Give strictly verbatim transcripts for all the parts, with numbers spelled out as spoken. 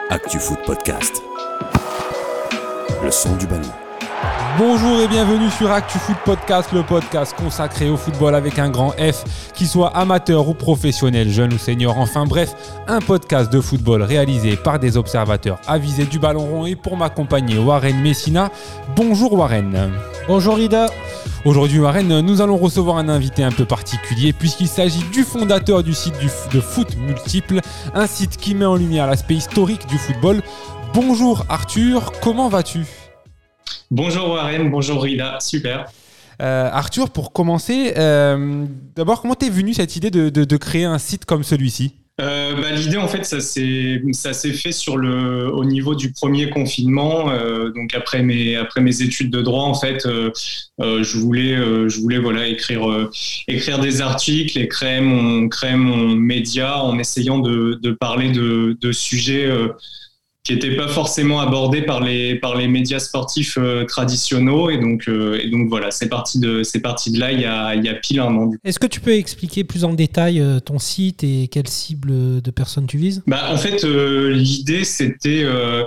ActuFoot Podcast. Le son du ballon. Bonjour et bienvenue sur ActuFoot Podcast, le podcast consacré au football avec un grand F, qu'il soit amateur ou professionnel, jeune ou senior, enfin bref, un podcast de football réalisé par des observateurs avisés du ballon rond. Et pour m'accompagner, Warren Messina. Bonjour Warren. Bonjour Ida. Aujourd'hui Warren, nous allons recevoir un invité un peu particulier puisqu'il s'agit du fondateur du site du f- de Foot Multiple, un site qui met en lumière l'aspect historique du football. Bonjour Arthur, comment vas-tu ? Bonjour Warren, bonjour Rida, super. Euh, Arthur, pour commencer, euh, d'abord, comment t'es venu cette idée de, de, de créer un site comme celui-ci ? euh, bah, L'idée, en fait, ça s'est, ça s'est fait sur le, au niveau du premier confinement. Euh, donc après mes, après mes études de droit, en fait, euh, euh, je voulais, euh, je voulais voilà, écrire, euh, écrire des articles et créer mon, créer mon média en essayant de, de parler de, de sujets euh, qui n'étaient pas forcément abordés par les, par les médias sportifs euh, traditionnels. Et donc, euh, et donc voilà, c'est parti de, c'est parti de là il y a, il y a pile un an. Est-ce que tu peux expliquer plus en détail euh, ton site et quelle cible de personnes tu vises ? Bah, en fait, euh, l'idée, c'était... Euh,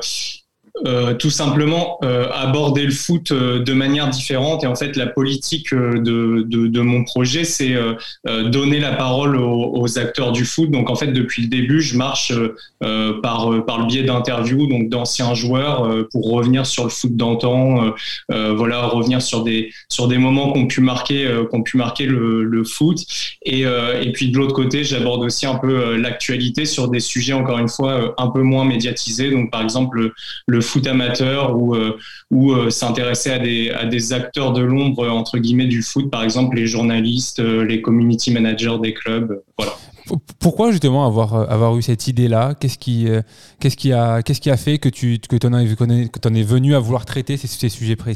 Euh, tout simplement euh, aborder le foot euh, de manière différente. Et en fait, la politique euh, de, de, de mon projet, c'est euh, euh, donner la parole aux, aux acteurs du foot. Donc en fait, depuis le début, je marche euh, par, euh, par le biais d'interviews donc d'anciens joueurs euh, pour revenir sur le foot d'antan, euh, euh, voilà, revenir sur des, sur des moments qui ont pu marquer, euh, qui ont pu marquer le, le foot. Et, euh, et puis de l'autre côté, j'aborde aussi un peu euh, l'actualité sur des sujets, encore une fois, euh, un peu moins médiatisés. Donc par exemple, le, le foot amateur ou, euh, ou euh, s'intéresser à des, à des acteurs de l'ombre, entre guillemets, du foot, par exemple les journalistes, euh, les community managers des clubs, euh, voilà. Pourquoi justement avoir, avoir eu cette idée-là ? Qu'est-ce qui, euh, qu'est-ce qui, a, qu'est-ce qui a fait que tu que t'en, es, que t'en es venu à vouloir traiter ces, ces sujets précis ?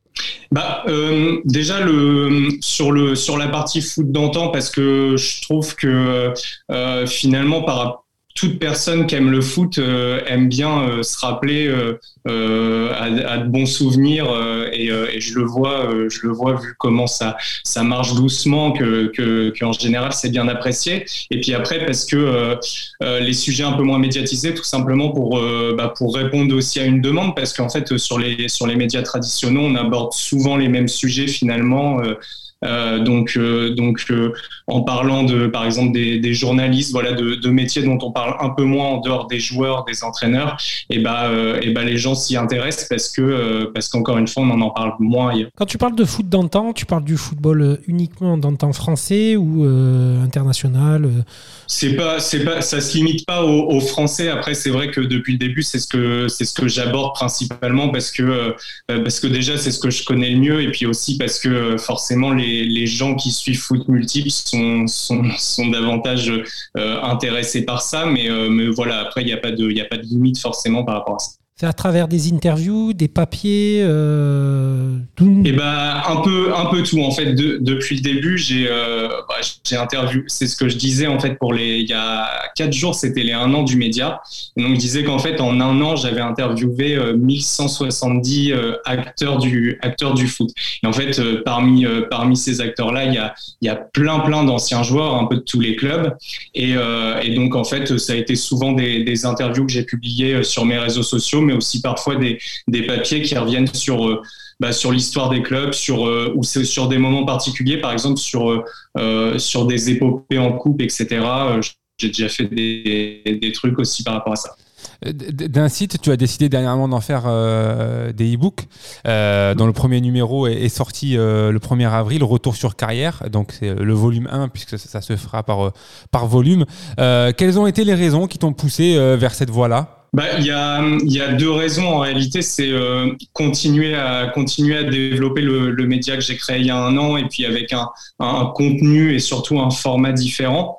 Bah, euh, déjà le, sur, le, sur la partie foot d'antan, parce que je trouve que euh, finalement, par toute personne qui aime le foot euh, aime bien euh, se rappeler euh, euh, à, à de bons souvenirs euh, et, euh, et je le vois, euh, je le vois vu comment ça ça marche doucement que que qu'en général c'est bien apprécié. Et puis après parce que euh, euh, les sujets un peu moins médiatisés, tout simplement pour euh, bah, pour répondre aussi à une demande, parce qu'en fait sur les sur les médias traditionnels on aborde souvent les mêmes sujets finalement. Euh, Euh, donc, euh, donc euh, en parlant de, par exemple, des, des journalistes, voilà, de, de métiers dont on parle un peu moins en dehors des joueurs, des entraîneurs, et bah, euh, et bah les gens s'y intéressent parce que, euh, parce qu'encore une fois, on en en parle moins ailleurs. Quand tu parles de foot d'antan, tu parles du football uniquement d'antan français ou euh, international euh... C'est pas, c'est pas, ça se limite pas aux, aux Français. Après, c'est vrai que depuis le début, c'est ce que, c'est ce que j'aborde principalement parce que, euh, parce que déjà, c'est ce que je connais le mieux, et puis aussi parce que forcément les, les gens qui suivent Foot Multiple sont, sont, sont davantage euh, intéressés par ça. Mais, euh, mais voilà, après, il n'y a pas de, il y a pas de limite forcément par rapport à ça. C'est à travers des interviews, des papiers, euh, tout. Et ben un peu, un peu tout en fait. De, depuis le début, j'ai, euh, bah, j'ai interviewé. C'est ce que je disais en fait pour les. Il y a quatre jours, c'était les un an du média. Et donc je disais qu'en fait en un an, j'avais interviewé euh, mille cent soixante-dix euh, acteurs du acteurs du foot. Et en fait, euh, parmi euh, parmi ces acteurs-là, il y a il y a plein plein d'anciens joueurs, un peu de tous les clubs. Et, euh, et donc en fait, ça a été souvent des, des interviews que j'ai publiées sur mes réseaux sociaux, mais aussi parfois des, des papiers qui reviennent sur, euh, bah, sur l'histoire des clubs, sur, euh, ou c'est sur des moments particuliers, par exemple sur, euh, sur des épopées en coupe, et cetera. Euh, j'ai déjà fait des, des trucs aussi par rapport à ça. D'un site, tu as décidé dernièrement d'en faire euh, des e-books, euh, dont le premier numéro est, est sorti euh, le premier avril, Retour sur carrière, donc c'est le volume un, puisque ça, ça se fera par, par volume. Euh, quelles ont été les raisons qui t'ont poussé euh, vers cette voie-là ? Bah, il y a, il y a deux raisons en réalité. C'est euh, continuer à continuer à développer le, le média que j'ai créé il y a un an, et puis avec un, un contenu et surtout un format différent.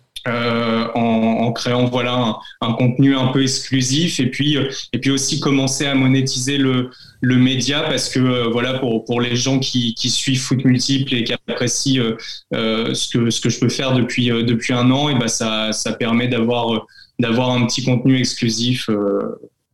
Euh, en, en créant voilà un, un contenu un peu exclusif, et puis et puis aussi commencer à monétiser le le média, parce que euh, voilà pour pour les gens qui qui suivent Foot Multiple et qui apprécient euh, euh, ce que ce que je peux faire depuis euh, depuis un an, et ben ça ça permet d'avoir d'avoir un petit contenu exclusif euh,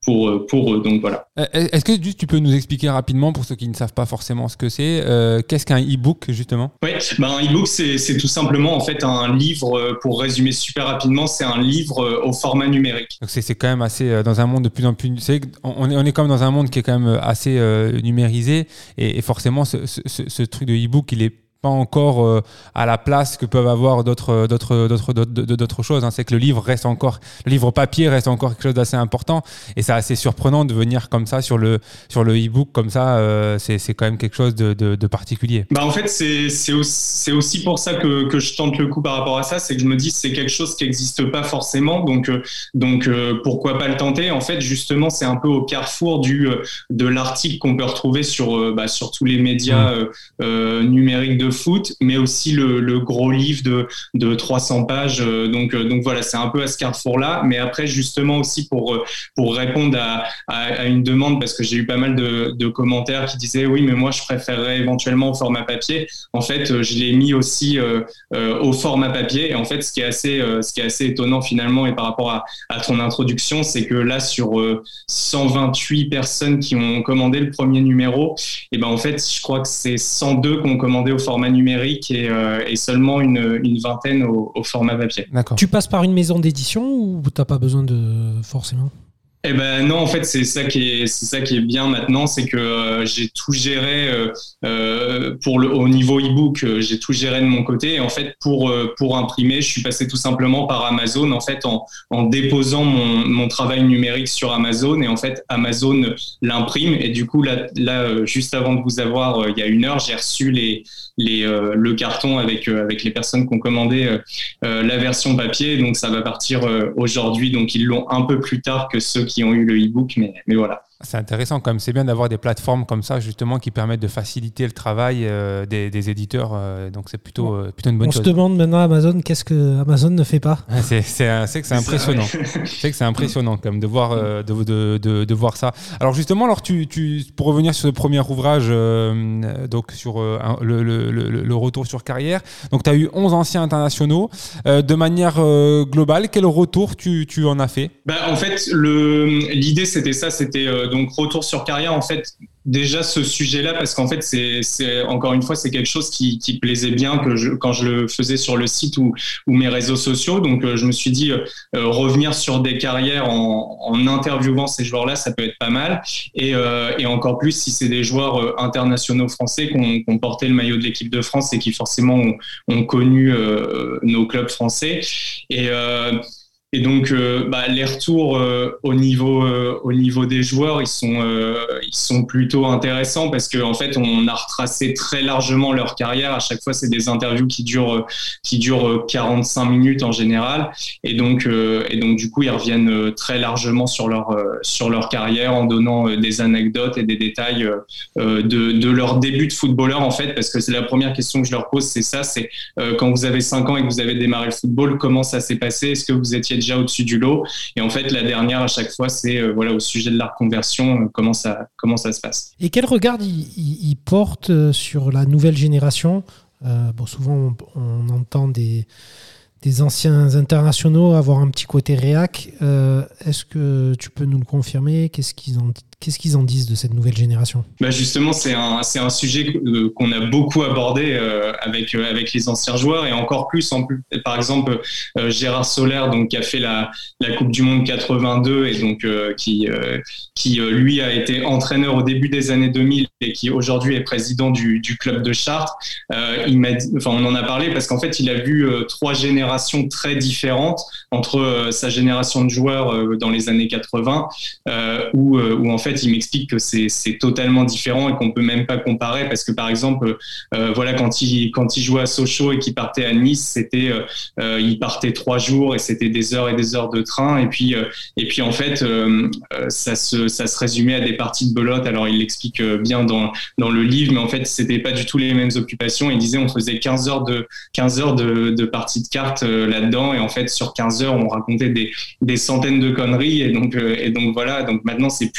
pour pour eux. Donc voilà. Est-ce que juste tu peux nous expliquer rapidement pour ceux qui ne savent pas forcément ce que c'est, euh, qu'est-ce qu'un e-book justement? Oui, ben un e-book c'est c'est tout simplement en fait un livre, pour résumer super rapidement, c'est un livre au format numérique. Donc c'est c'est quand même assez dans un monde de plus en plus, c'est on est on est quand même dans un monde qui est quand même assez euh, numérisé et, et forcément ce, ce, ce truc de e-book il est pas encore euh, à la place que peuvent avoir d'autres d'autres d'autres d'autres, d'autres choses. Hein. C'est que le livre reste encore, le livre papier reste encore quelque chose d'assez important et c'est assez surprenant de venir comme ça sur le sur le e-book comme ça. Euh, c'est c'est quand même quelque chose de de, de particulier. Bah en fait c'est c'est aussi, c'est aussi pour ça que que je tente le coup par rapport à ça, c'est que je me dis c'est quelque chose qui n'existe pas forcément, donc euh, donc euh, pourquoi pas le tenter. En fait justement c'est un peu au carrefour du de l'article qu'on peut retrouver sur euh, bah, sur tous les médias euh, euh, numériques de foot, mais aussi le, le gros livre de, de trois cents pages. Donc, donc voilà, c'est un peu à ce carrefour-là. Mais après, justement aussi pour, pour répondre à, à, à une demande, parce que j'ai eu pas mal de, de commentaires qui disaient oui, mais moi je préférerais éventuellement au format papier. En fait, je l'ai mis aussi euh, euh, au format papier. Et en fait, ce qui est assez, euh, ce qui est assez étonnant finalement, et par rapport à, à ton introduction, c'est que là, sur euh, cent vingt-huit personnes qui ont commandé le premier numéro, et ben en fait, je crois que c'est cent deux qui ont commandé au format numérique et, euh, et seulement une, une vingtaine au, au format papier. D'accord. Tu passes par une maison d'édition ou t'as pas besoin de forcément? Eh ben non, en fait c'est ça qui est c'est ça qui est bien maintenant, c'est que euh, j'ai tout géré euh, euh, pour le au niveau e-book, euh, j'ai tout géré de mon côté et en fait pour euh, pour imprimer, je suis passé tout simplement par Amazon en fait en en déposant mon mon travail numérique sur Amazon et en fait Amazon l'imprime et du coup là là euh, juste avant de vous avoir euh, il y a une heure, j'ai reçu les les euh, le carton avec euh, avec les personnes qui ont commandé euh, euh, la version papier, donc ça va partir euh, aujourd'hui, donc ils l'ont un peu plus tard que ceux qui ont eu le e-book, mais, mais voilà. C'est intéressant quand même, c'est bien d'avoir des plateformes comme ça justement qui permettent de faciliter le travail euh, des, des éditeurs, euh, donc c'est plutôt, euh, plutôt une bonne On chose. On se demande maintenant Amazon, qu'est-ce que Amazon ne fait pas? c'est, c'est, c'est que c'est impressionnant, ça, ouais. c'est que c'est impressionnant quand même de voir, euh, de, de, de, de voir ça. Alors justement, alors tu, tu, pour revenir sur le premier ouvrage, euh, donc sur euh, le, le, le, le retour sur carrière, donc tu as eu onze anciens internationaux, euh, de manière euh, globale, quel retour tu, tu en as fait? Bah, en fait, le, l'idée c'était ça, c'était euh, donc retour sur carrière en fait. Déjà ce sujet-là, parce qu'en fait c'est, c'est encore une fois c'est quelque chose qui, qui plaisait bien que je, quand je le faisais sur le site ou, ou mes réseaux sociaux. Donc euh, je me suis dit euh, revenir sur des carrières en, en interviewant ces joueurs-là, ça peut être pas mal. Et, euh, et encore plus si c'est des joueurs euh, internationaux français qui ont, qui ont porté le maillot de l'équipe de France et qui forcément ont, ont connu euh, nos clubs français. Et euh, Et donc, euh, bah, les retours euh, au niveau euh, au niveau des joueurs, ils sont euh, ils sont plutôt intéressants parce que en fait, on a retracé très largement leur carrière. À chaque fois, c'est des interviews qui durent qui durent quarante-cinq minutes en général, et donc euh, et donc du coup, ils reviennent très largement sur leur euh, sur leur carrière en donnant euh, des anecdotes et des détails euh, de de leur début de footballeur en fait, parce que c'est la première question que je leur pose, c'est ça, c'est euh, quand vous avez cinq ans et que vous avez démarré le football, comment ça s'est passé? Est-ce que vous étiez déjà au-dessus du lot? Et en fait, la dernière à chaque fois, c'est euh, voilà, au sujet de la reconversion, euh, comment ça, comment ça se passe. Et quel regard il, il, il porte sur la nouvelle génération? euh, Bon, souvent, on, on entend des, des anciens internationaux avoir un petit côté réac. Euh, est-ce que tu peux nous le confirmer? Qu'est-ce qu'ils en Qu'est-ce qu'ils en disent de cette nouvelle génération? Bah justement, c'est un, c'est un sujet qu'on a beaucoup abordé euh, avec, euh, avec les anciens joueurs et encore plus, en plus par exemple, euh, Gérard Soler, donc, qui a fait la, la Coupe du Monde quatre-vingt-deux et donc, euh, qui, euh, qui euh, lui, a été entraîneur au début des années deux mille et qui aujourd'hui est président du, du club de Chartres. Euh, il m'a dit, enfin, on en a parlé parce qu'en fait, il a vu euh, trois générations très différentes entre euh, sa génération de joueurs euh, dans les années quatre-vingts euh, où, euh, où en fait, il m'explique que c'est, c'est totalement différent et qu'on peut même pas comparer parce que par exemple, euh, voilà, quand il quand il jouait à Sochaux et qu'il partait à Nice, c'était euh, il partait trois jours et c'était des heures et des heures de train et puis euh, et puis en fait, euh, ça se ça se résumait à des parties de belote. Alors il l'explique bien dans dans le livre, mais en fait, c'était pas du tout les mêmes occupations. Il disait on faisait quinze heures de quinze heures de, de parties de cartes euh, là-dedans et en fait sur quinze heures on racontait des des centaines de conneries et donc euh, et donc voilà. Donc maintenant c'est plus du tout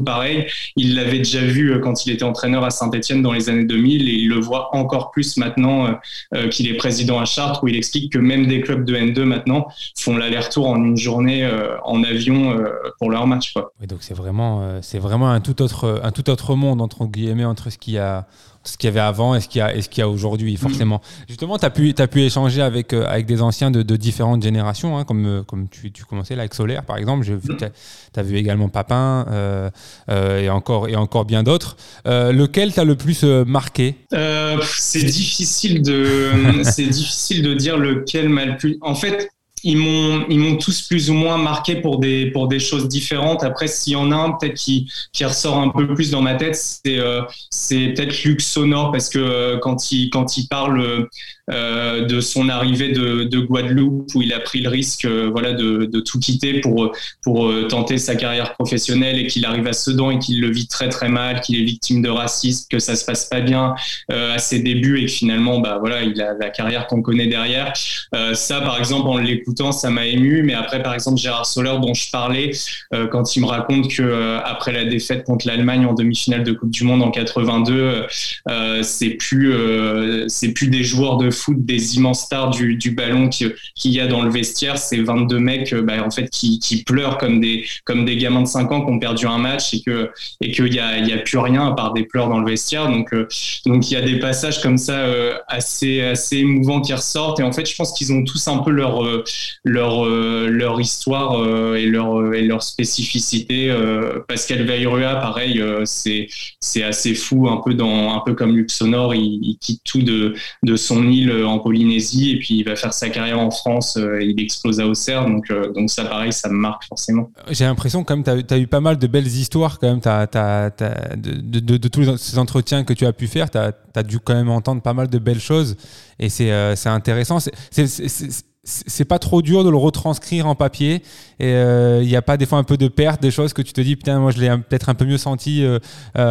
pareil. Il l'avait déjà vu quand il était entraîneur à Saint-Etienne dans les années deux mille et il le voit encore plus maintenant euh, qu'il est président à Chartres, où il explique que même des clubs de N deux maintenant font l'aller-retour en une journée euh, en avion euh, pour leur match, quoi. Oui, donc c'est vraiment, euh, c'est vraiment un tout autre, un tout autre monde entre guillemets entre ce qu'il y a, ce qu'il y avait avant et ce qu'il y a, et ce qu'il y a aujourd'hui, forcément. Mmh. Justement, tu as pu, t'as pu échanger avec, euh, avec des anciens de, de différentes générations, hein, comme, euh, comme tu, tu commençais là avec Solaire, par exemple. J'ai vu, tu as vu également Papin euh, euh, et, encore, et encore bien d'autres. Euh, lequel t'a le plus euh, marqué ? euh, C'est difficile de, c'est difficile de dire lequel m'a le plus... En fait, Ils m'ont, ils m'ont tous plus ou moins marqué pour des, pour des choses différentes. Après, s'il y en a un peut-être qui, qui ressort un peu plus dans ma tête, c'est, euh, c'est peut-être Luc Sonor, parce que euh, quand il, quand il parle euh, de son arrivée de, de Guadeloupe, où il a pris le risque, euh, voilà, de, de tout quitter pour, pour euh, tenter sa carrière professionnelle, et qu'il arrive à Sedan et qu'il le vit très très mal, qu'il est victime de racisme, que ça se passe pas bien euh, à ses débuts, et que finalement, bah voilà, il a la carrière qu'on connaît derrière. Euh, ça, par exemple, en l'écoutant, ça m'a ému. Mais après, par exemple, Gérard Soler, dont je parlais, euh, quand il me raconte que euh, après la défaite contre l'Allemagne en demi-finale de Coupe du Monde en quatre-vingt-deux, euh, c'est plus euh, c'est plus des joueurs de foot, des immenses stars du, du ballon qui, qu'il y a dans le vestiaire. C'est vingt-deux mecs, euh, bah, en fait, qui, qui pleurent comme des comme des gamins de cinq ans qui ont perdu un match, et que et qu'il y a il y a plus rien à part des pleurs dans le vestiaire. Donc euh, donc il y a des passages comme ça euh, assez assez émouvants qui ressortent. Et en fait, je pense qu'ils ont tous un peu leur euh, leur euh, leur histoire euh, et leur et leur spécificité. euh, Pascal Vairua, pareil, euh, c'est c'est assez fou, un peu dans un peu comme Luc Sonor, il, il quitte tout de de son île en Polynésie, et puis il va faire sa carrière en France, euh, il explose à Auxerre, donc euh, donc ça, pareil, ça me marque forcément. J'ai l'impression quand même tu as eu pas mal de belles histoires quand même, t'as, t'as, t'as, de, de, de, de tous ces entretiens que tu as pu faire, tu as dû quand même entendre pas mal de belles choses, et c'est euh, c'est intéressant. C'est, c'est, c'est, c'est, c'est pas trop dur de le retranscrire en papier, et il euh, n'y a pas des fois un peu de perte, des choses que tu te dis putain, moi je l'ai peut-être un peu mieux senti euh,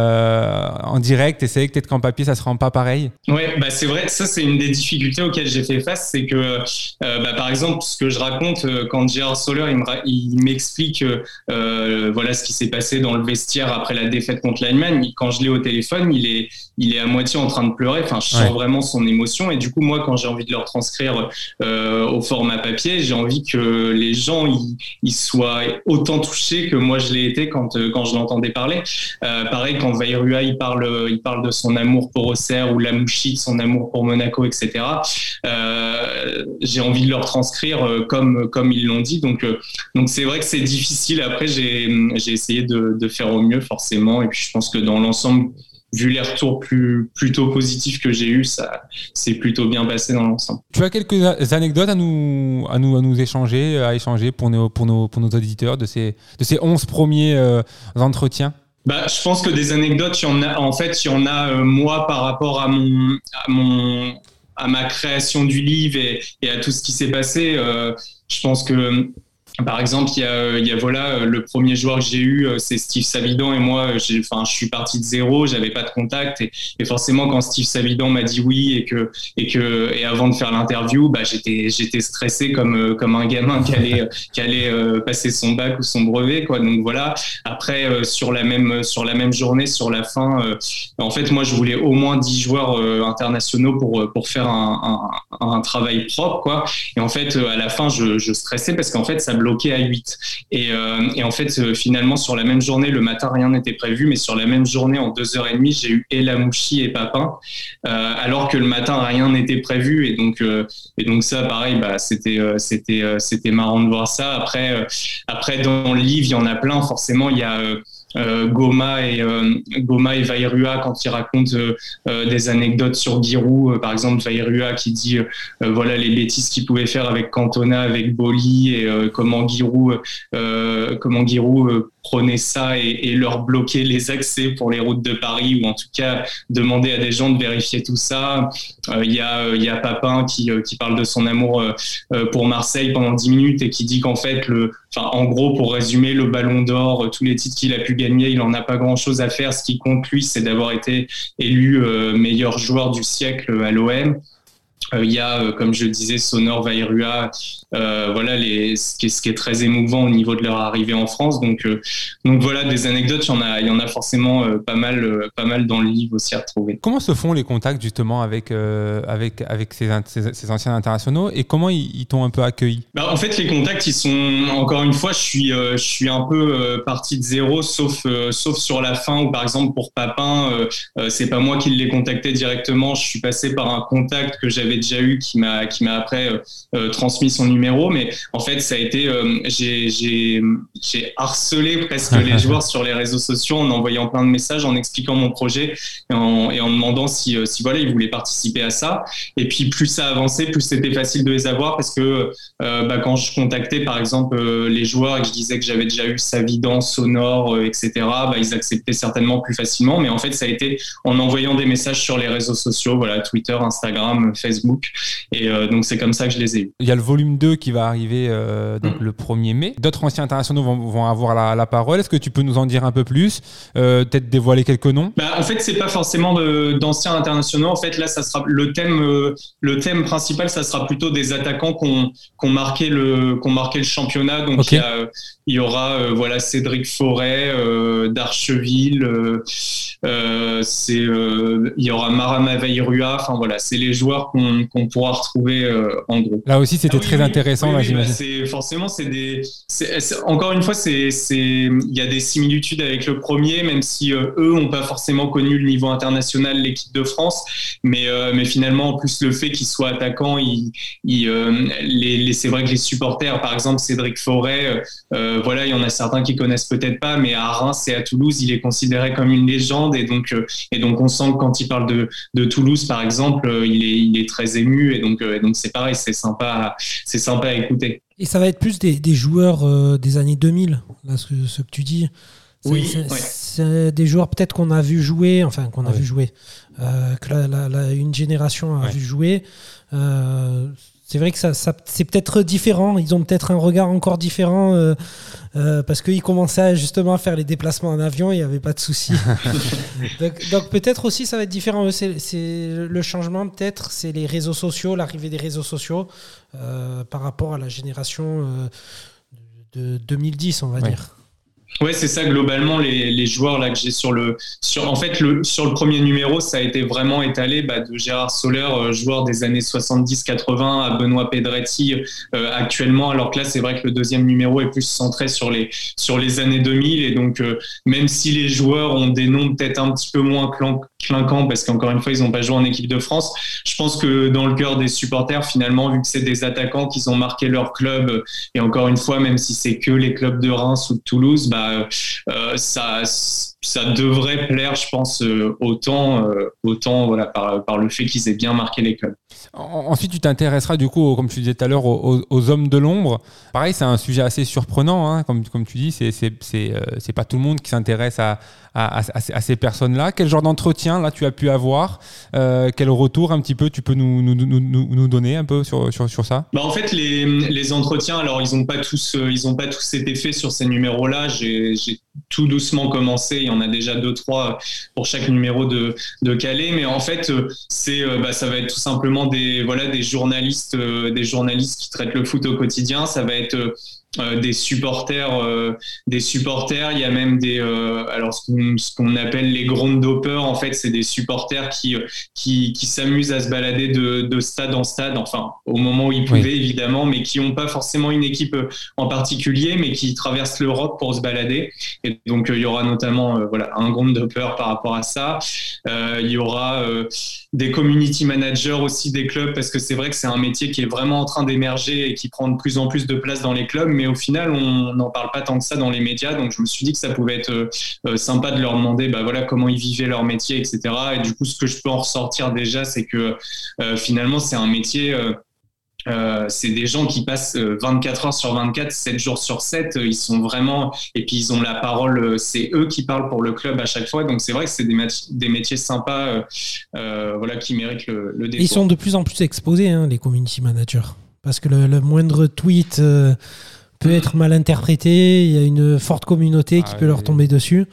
euh, en direct, et c'est vrai que peut-être qu'en papier ça se rend pas pareil. Ouais, bah c'est vrai, ça c'est une des difficultés auxquelles j'ai fait face, c'est que euh, bah, par exemple, ce que je raconte euh, quand Gérard Soler il, me, il m'explique euh, voilà ce qui s'est passé dans le vestiaire après la défaite contre l'Allemagne, quand je l'ai au téléphone, il est il est à moitié en train de pleurer, enfin je sens ouais. vraiment son émotion, et du coup moi quand j'ai envie de le retranscrire euh, au format papier, j'ai envie que les gens ils, ils soient autant touchés que moi je l'ai été quand quand je l'entendais parler. Euh, pareil, quand Vairua il parle il parle de son amour pour Auxerre, ou Lamouchi de son amour pour Monaco, et cetera. Euh, j'ai envie de leur transcrire comme comme ils l'ont dit. Donc euh, donc c'est vrai que c'est difficile. Après j'ai j'ai essayé de de faire au mieux forcément, et puis je pense que dans l'ensemble, vu les retours plus, plutôt positifs que j'ai eus, ça s'est plutôt bien passé dans l'ensemble. Tu as quelques anecdotes à nous, à nous, à nous échanger, à échanger pour nos, pour nos, pour nos auditeurs de ces, de ces onze premiers euh, entretiens? Bah, je pense que des anecdotes, il y en a, en fait, il y en a, euh, moi, par rapport à mon, à mon, à ma création du livre et, et à tout ce qui s'est passé. Euh, je pense que, par exemple, il y a, il y a voilà, le premier joueur que j'ai eu, c'est Steve Savidan, et moi, j'ai, enfin, je suis parti de zéro, j'avais pas de contact, et, et forcément, quand Steve Savidan m'a dit oui, et que, et que, et avant de faire l'interview, bah, j'étais, j'étais stressé comme, comme un gamin qui allait, qui allait euh, passer son bac ou son brevet, quoi. Donc voilà. Après, euh, sur la même, sur la même journée, sur la fin, euh, en fait, moi, je voulais au moins dix joueurs euh, internationaux pour, pour faire un, un, un travail propre, quoi. Et en fait, à la fin, je, je stressais parce qu'en fait, ça bloquait à huit. Et, euh, et en fait, euh, finalement, sur la même journée, le matin, rien n'était prévu, mais sur la même journée, en deux heures trente, j'ai eu et Lamouchi et Papin, euh, alors que le matin, rien n'était prévu. Et donc, euh, et donc ça, pareil, bah, c'était, euh, c'était, euh, c'était marrant de voir ça. Après, euh, après, dans le livre, il y en a plein. Forcément, il y a... Euh, Euh, Goma et euh, Goma et Vairua quand ils racontent euh, euh, des anecdotes sur Giroud, euh, par exemple Vairua qui dit euh, euh, voilà les bêtises qu'il pouvait faire avec Cantona, avec Boli, et euh, comment Giroud euh, comment Giroud euh, prenait ça et, et leur bloquait les accès pour les routes de Paris, ou en tout cas demander à des gens de vérifier tout ça. Il euh, y a il euh, y a Papin qui euh, qui parle de son amour euh, pour Marseille pendant dix minutes, et qui dit qu'en fait le enfin en gros, pour résumer, le Ballon d'Or, tous les titres qu'il a pu gagner, il en a pas grand chose à faire. Ce qui compte lui, c'est d'avoir été élu euh, meilleur joueur du siècle à l'O M. Euh, il y a, euh, comme je le disais, Sonor, Vairua, euh, voilà, les, ce, qui est, ce qui est très émouvant au niveau de leur arrivée en France. Donc, euh, donc voilà, des anecdotes, il y en a, il y en a forcément euh, pas mal, euh, pas mal dans le livre aussi à retrouver. Comment se font les contacts justement avec, euh, avec, avec ces, ces, ces anciens internationaux et comment ils, ils t'ont un peu accueilli? Bah, en fait, les contacts, ils sont, encore une fois, je suis, euh, je suis un peu euh, parti de zéro, sauf, euh, sauf sur la fin où, par exemple, pour Papin, euh, euh, c'est pas moi qui l'ai contacté directement. Je suis passé par un contact que j'avais déjà eu qui m'a, qui m'a après euh, euh, transmis son numéro. Mais en fait, ça a été, euh, j'ai, j'ai, j'ai harcelé presque les joueurs sur les réseaux sociaux en envoyant plein de messages, en expliquant mon projet et en, et en demandant si, euh, si voilà, ils voulaient participer à ça. Et puis, plus ça avançait, plus c'était facile de les avoir parce que euh, bah, quand je contactais, par exemple, euh, les joueurs et que je disais que j'avais déjà eu Savidan, Sonor, euh, et cetera, bah, ils acceptaient certainement plus facilement. Mais en fait, ça a été en envoyant des messages sur les réseaux sociaux, voilà, Twitter, Instagram, Facebook. Et euh, donc, c'est comme ça que je les ai eus. Il y a le volume deux qui va arriver euh, donc mmh. le premier mai. D'autres anciens internationaux vont, vont avoir la, la parole. Est-ce que tu peux nous en dire un peu plus, euh, peut-être dévoiler quelques noms? Bah, en fait, c'est pas forcément de, d'anciens internationaux. En fait, là, ça sera le thème, euh, le thème principal, ça sera plutôt des attaquants qu'on qu'on marqué le qu'on marqué le championnat. Donc okay. il y a il y aura euh, voilà Cédric Forêt, euh, d'Archeville, euh, euh, c'est euh, il y aura Marama Vairua. Enfin voilà, c'est les joueurs qu'on qu'on pourra retrouver euh, en gros. Là aussi, c'était ah, oui, très oui, intéressant. Oui, là, oui, j'imagine. Bah, c'est forcément c'est des c'est, c'est, encore une fois c'est c'est il y a des similitudes avec le premier, même si euh, eux ont pas forcément connu le niveau international, l'équipe de France, mais euh, mais finalement en plus le fait qu'ils soient attaquants, ils, ils euh, les, les c'est vrai que les supporters, par exemple Cédric Forêt, euh, voilà, il y en a certains qui connaissent peut-être pas, mais à Reims et à Toulouse, il est considéré comme une légende et donc euh, et donc on sent que quand il parle de de Toulouse par exemple, euh, il est il est très ému et donc euh, et donc c'est pareil, c'est sympa c'est sympa à écouter. Et ça va être plus des des joueurs euh, des années deux mille, là ce que ce que tu dis. C'est, oui, c'est, ouais. c'est des joueurs peut-être qu'on a vu jouer, enfin qu'on a ouais. vu jouer, euh, que la, la, la, une génération a ouais. vu jouer. Euh, c'est vrai que ça, ça, c'est peut-être différent. Ils ont peut-être un regard encore différent euh, euh, parce qu'ils commençaient justement à faire les déplacements en avion, il n'y avait pas de souci. donc, donc peut-être aussi ça va être différent. C'est, c'est le changement peut-être, c'est les réseaux sociaux, l'arrivée des réseaux sociaux euh, par rapport à la génération euh, de deux mille dix, on va ouais. dire. Ouais, c'est ça globalement les les joueurs là que j'ai sur le sur en fait le sur le premier numéro, ça a été vraiment étalé bah, de Gérard Soler, euh, joueur des années soixante-dix quatre-vingts, à Benoît Pedretti euh, actuellement, alors que là c'est vrai que le deuxième numéro est plus centré sur les sur les années deux mille et donc euh, même si les joueurs ont des noms peut-être un petit peu moins clan- clinquants parce qu'encore une fois ils n'ont pas joué en équipe de France, je pense que dans le cœur des supporters finalement, vu que c'est des attaquants qui ont marqué leur club et encore une fois même si c'est que les clubs de Reims ou de Toulouse, bah Euh, ça, ça devrait plaire, je pense, euh, autant, euh, autant voilà, par, par le fait qu'ils aient bien marqué les clubs. Ensuite, tu t'intéresseras du coup, comme tu disais tout à l'heure, aux, aux hommes de l'ombre. Pareil, c'est un sujet assez surprenant, hein, comme, comme tu dis, c'est, c'est, c'est, euh, c'est pas tout le monde qui s'intéresse à, à, à, à ces personnes-là. Quel genre d'entretien là tu as pu avoir euh, Quel retour un petit peu tu peux nous, nous, nous, nous, nous donner un peu sur, sur, sur ça? Bah en fait, les, les entretiens, alors ils n'ont pas tous, ils ont pas tous été faits sur ces numéros-là. J'ai, j'ai tout doucement commencé. Il y en a déjà deux, trois pour chaque numéro de, de Calais. Mais en fait, c'est, bah, ça va être tout simplement des, voilà, des journalistes, euh, des journalistes qui traitent le foot au quotidien. Ça va être euh, des supporters, euh, des supporters. Il y a même des, euh, alors ce qu'on, ce qu'on appelle les groundhoppers. En fait, c'est des supporters qui, qui, qui s'amusent à se balader de, de stade en stade. Enfin, au moment où ils pouvaient, oui. évidemment, mais qui n'ont pas forcément une équipe en particulier, mais qui traversent l'Europe pour se balader. Et donc, euh, il y aura notamment, euh, voilà, un groundhopper par rapport à ça. Euh, il y aura euh, des community managers aussi des clubs, parce que c'est vrai que c'est un métier qui est vraiment en train d'émerger et qui prend de plus en plus de place dans les clubs, mais au final, on n'en parle pas tant que ça dans les médias. Donc, je me suis dit que ça pouvait être euh, sympa de leur demander bah, voilà, comment ils vivaient leur métier, et cetera. Et du coup, ce que je peux en ressortir déjà, c'est que euh, finalement, c'est un métier... Euh, Euh, c'est des gens qui passent vingt-quatre heures sur vingt-quatre, sept jours sur sept. Ils sont vraiment, et puis ils ont la parole. C'est eux qui parlent pour le club à chaque fois. Donc c'est vrai que c'est des, mat- des métiers sympas, euh, euh, voilà, qui méritent le, le détour. Ils sont de plus en plus exposés, hein, les community managers, parce que le, le moindre tweet euh, peut être mal interprété. Il y a une forte communauté qui ah, peut oui, leur tomber oui. dessus.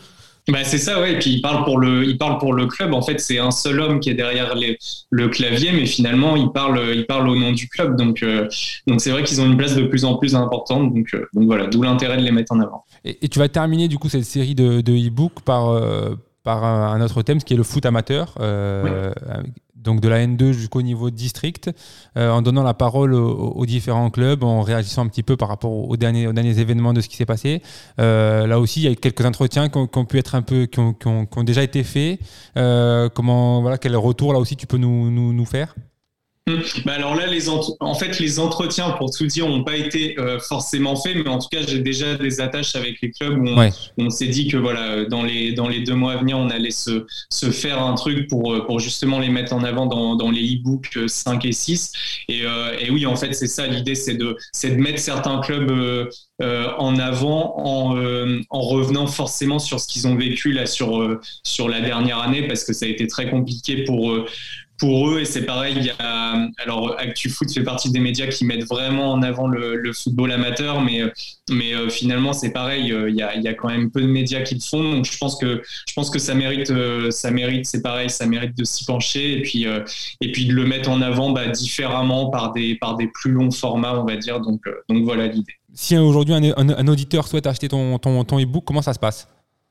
Bah c'est ça, ouais. Et puis il parle pour le, il parle pour le club. En fait, c'est un seul homme qui est derrière les, le clavier, mais finalement, il parle, il parle au nom du club. Donc, euh, donc c'est vrai qu'ils ont une place de plus en plus importante. Donc, euh, donc voilà, d'où l'intérêt de les mettre en avant. Et, et tu vas terminer du coup cette série de, de e-books par euh, par un autre thème, ce qui est le foot amateur. Euh, oui. Donc de la N deux jusqu'au niveau district, euh, en donnant la parole aux, aux différents clubs, en réagissant un petit peu par rapport aux derniers, aux derniers événements de ce qui s'est passé. Euh, là aussi, il y a eu quelques entretiens qui ont, qui ont pu être un peu, qui ont, qui ont, qui ont déjà été faits. Euh, comment, voilà, quel retour là aussi tu peux nous, nous, nous faire ? Bah alors là, les ent- en fait, les entretiens, pour tout dire, n'ont pas été euh, forcément faits, mais en tout cas, j'ai déjà des attaches avec les clubs où on, ouais. où on s'est dit que voilà, dans les dans les deux mois à venir, on allait se se faire un truc pour pour justement les mettre en avant dans dans les e-books cinq et six. Et euh, et oui, en fait, c'est ça l'idée, c'est de c'est de mettre certains clubs euh, euh, en avant en euh, en revenant forcément sur ce qu'ils ont vécu là sur euh, sur la dernière année, parce que ça a été très compliqué pour euh, pour eux. Et c'est pareil, il y a, alors ActuFoot fait partie des médias qui mettent vraiment en avant le, le football amateur, mais, mais euh, finalement c'est pareil, euh, il y a, il y a quand même peu de médias qui le font, donc je pense que, je pense que ça mérite, euh, ça mérite, c'est pareil, ça mérite de s'y pencher et puis, euh, et puis de le mettre en avant bah, différemment par des, par des plus longs formats, on va dire, donc, euh, donc voilà l'idée. Si aujourd'hui un, un, un auditeur souhaite acheter ton, ton, ton e-book, comment ça se passe ?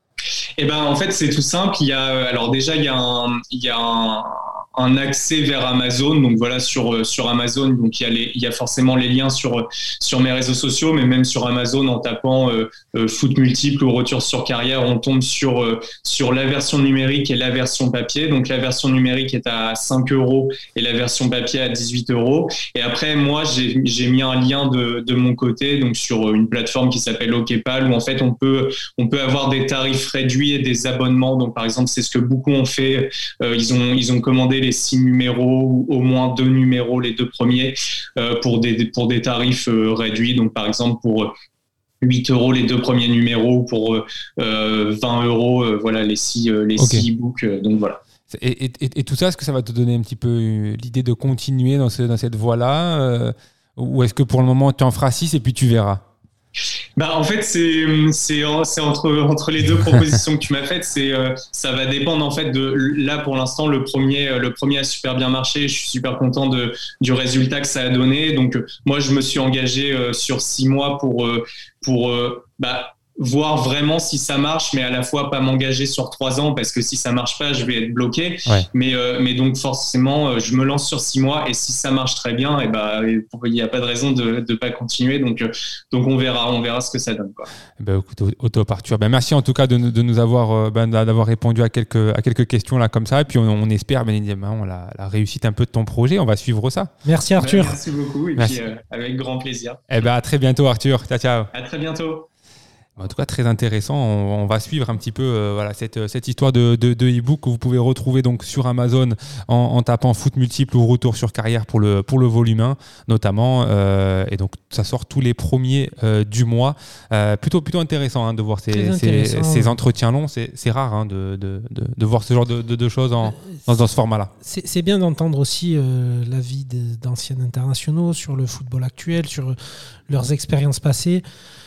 Eh ben en fait c'est tout simple, il y a, alors déjà il y a un, il y a un un accès vers Amazon, donc voilà sur sur Amazon, donc il y a les, il y a forcément les liens sur sur mes réseaux sociaux, mais même sur Amazon en tapant euh, euh, foot multiple ou retour sur carrière, on tombe sur euh, sur la version numérique et la version papier. Donc la version numérique est à cinq euros et la version papier à dix-huit euros. Et après moi j'ai j'ai mis un lien de de mon côté, donc sur une plateforme qui s'appelle OKPal, où en fait on peut on peut avoir des tarifs réduits et des abonnements. Donc par exemple c'est ce que beaucoup ont fait, euh, ils ont ils ont commandé les six numéros ou au moins deux numéros, les deux premiers, euh, pour des pour des tarifs euh, réduits. Donc par exemple pour huit euros les deux premiers numéros, pour euh, vingt euros euh, voilà les six euh, les okay. six e-books. Euh, donc voilà. Et, et, et tout ça, est-ce que ça va te donner un petit peu l'idée de continuer dans, ce, dans cette voie-là, euh, ou est-ce que pour le moment tu en feras six et puis tu verras? Bah en fait c'est c'est c'est entre entre les deux propositions que tu m'as faites, c'est euh, ça va dépendre en fait de là pour l'instant le premier le premier a super bien marché, je suis super content de du résultat que ça a donné. Donc moi je me suis engagé euh, sur six mois pour euh, pour euh, bah voir vraiment si ça marche, mais à la fois pas m'engager sur trois ans, parce que si ça marche pas, je vais être bloqué. Ouais. Mais, euh, mais donc forcément, je me lance sur six mois, et si ça marche très bien, et bah, il n'y a pas de raison de ne pas continuer. Donc, donc on verra, on verra ce que ça donne, quoi. Ben, écoute, au top, Arthur. Ben, merci en tout cas de, de nous avoir, ben, d'avoir répondu à quelques, à quelques questions là comme ça. Et puis on, on espère bien évidemment la, la réussite un peu de ton projet. On va suivre ça. Merci Arthur. Ben, merci beaucoup, et merci. Puis euh, avec grand plaisir. Et ben, à très bientôt Arthur. Ciao, ciao. À très bientôt. En tout cas, très intéressant. On, on va suivre un petit peu euh, voilà, cette, cette histoire de, de, de e-book que vous pouvez retrouver donc sur Amazon en, en tapant foot multiple ou retour sur carrière pour le, pour le volume un notamment. Euh, et donc, ça sort tous les premiers euh, du mois. Euh, plutôt, plutôt intéressant hein, de voir ces, ces, ces entretiens longs. C'est, c'est rare hein, de, de, de, de voir ce genre de, de, de choses en, dans, dans ce format-là. C'est, c'est bien d'entendre aussi euh, l'avis de, d'anciens internationaux sur le football actuel, sur leurs expériences passées.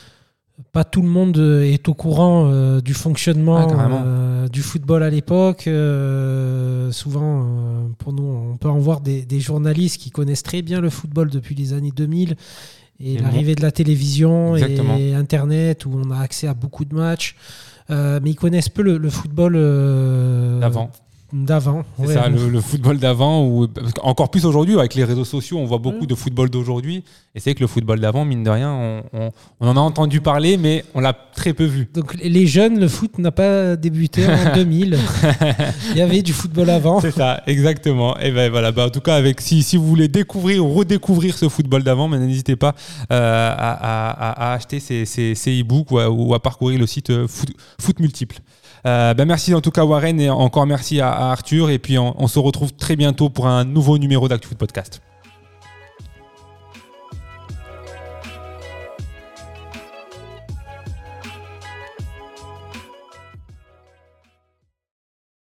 Pas tout le monde est au courant euh, du fonctionnement ah, euh, du football à l'époque. Euh, souvent, euh, pour nous, on peut en voir des, des journalistes qui connaissent très bien le football depuis les années deux mille et, et l'arrivée bon. de la télévision Exactement. et Internet où on a accès à beaucoup de matchs. Euh, mais ils connaissent peu le, le football euh, d'avant. D'avant. C'est ouais, ça, le, le football d'avant. Où, encore plus aujourd'hui, avec les réseaux sociaux, on voit beaucoup ouais. de football d'aujourd'hui. Et c'est que le football d'avant, mine de rien, on, on, on en a entendu parler, mais on l'a très peu vu. Donc les jeunes, le foot n'a pas débuté en deux mille. Il y avait du football avant. C'est ça, exactement. Et ben voilà. Bah, en tout cas, avec si, si vous voulez découvrir ou redécouvrir ce football d'avant, ben, n'hésitez pas euh, à, à, à acheter ces, ces, ces e-books ou à, ou à parcourir le site euh, foot, foot multiple. Euh, ben merci en tout cas Warren et encore merci à, à Arthur et puis on, on se retrouve très bientôt pour un nouveau numéro d'ActuFoot Podcast.